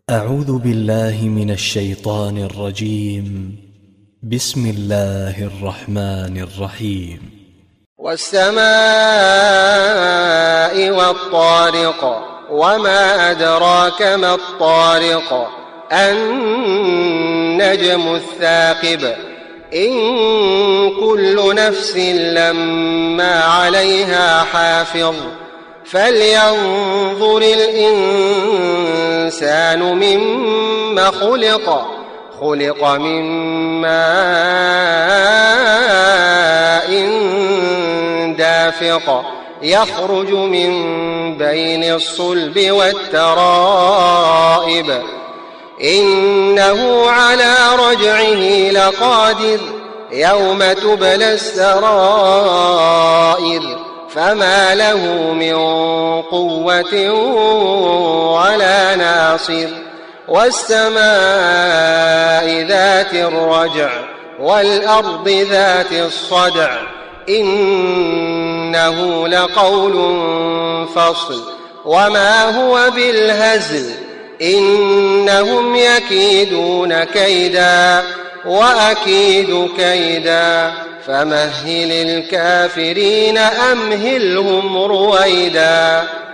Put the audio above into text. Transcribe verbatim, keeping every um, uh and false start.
أعوذ بالله من الشيطان الرجيم. بسم الله الرحمن الرحيم. والسماء والطارق وما أدراك ما الطارق النجم الثاقب إن كل نفس لما عليها حافظ فلينظر الإنسان مما خلق خلق من ماء دافق يخرج من بين الصلب والترائب إنه على رجعه لقادر يوم تبلى السرائر فما له من قوة ولا ناصر والسماء ذات الرجع والأرض ذات الصدع إنه لقول فصل وما هو بالهزل إنهم يكيدون كيدا وأكيد كيدا فمهل الكافرين أمهلهم رويدا.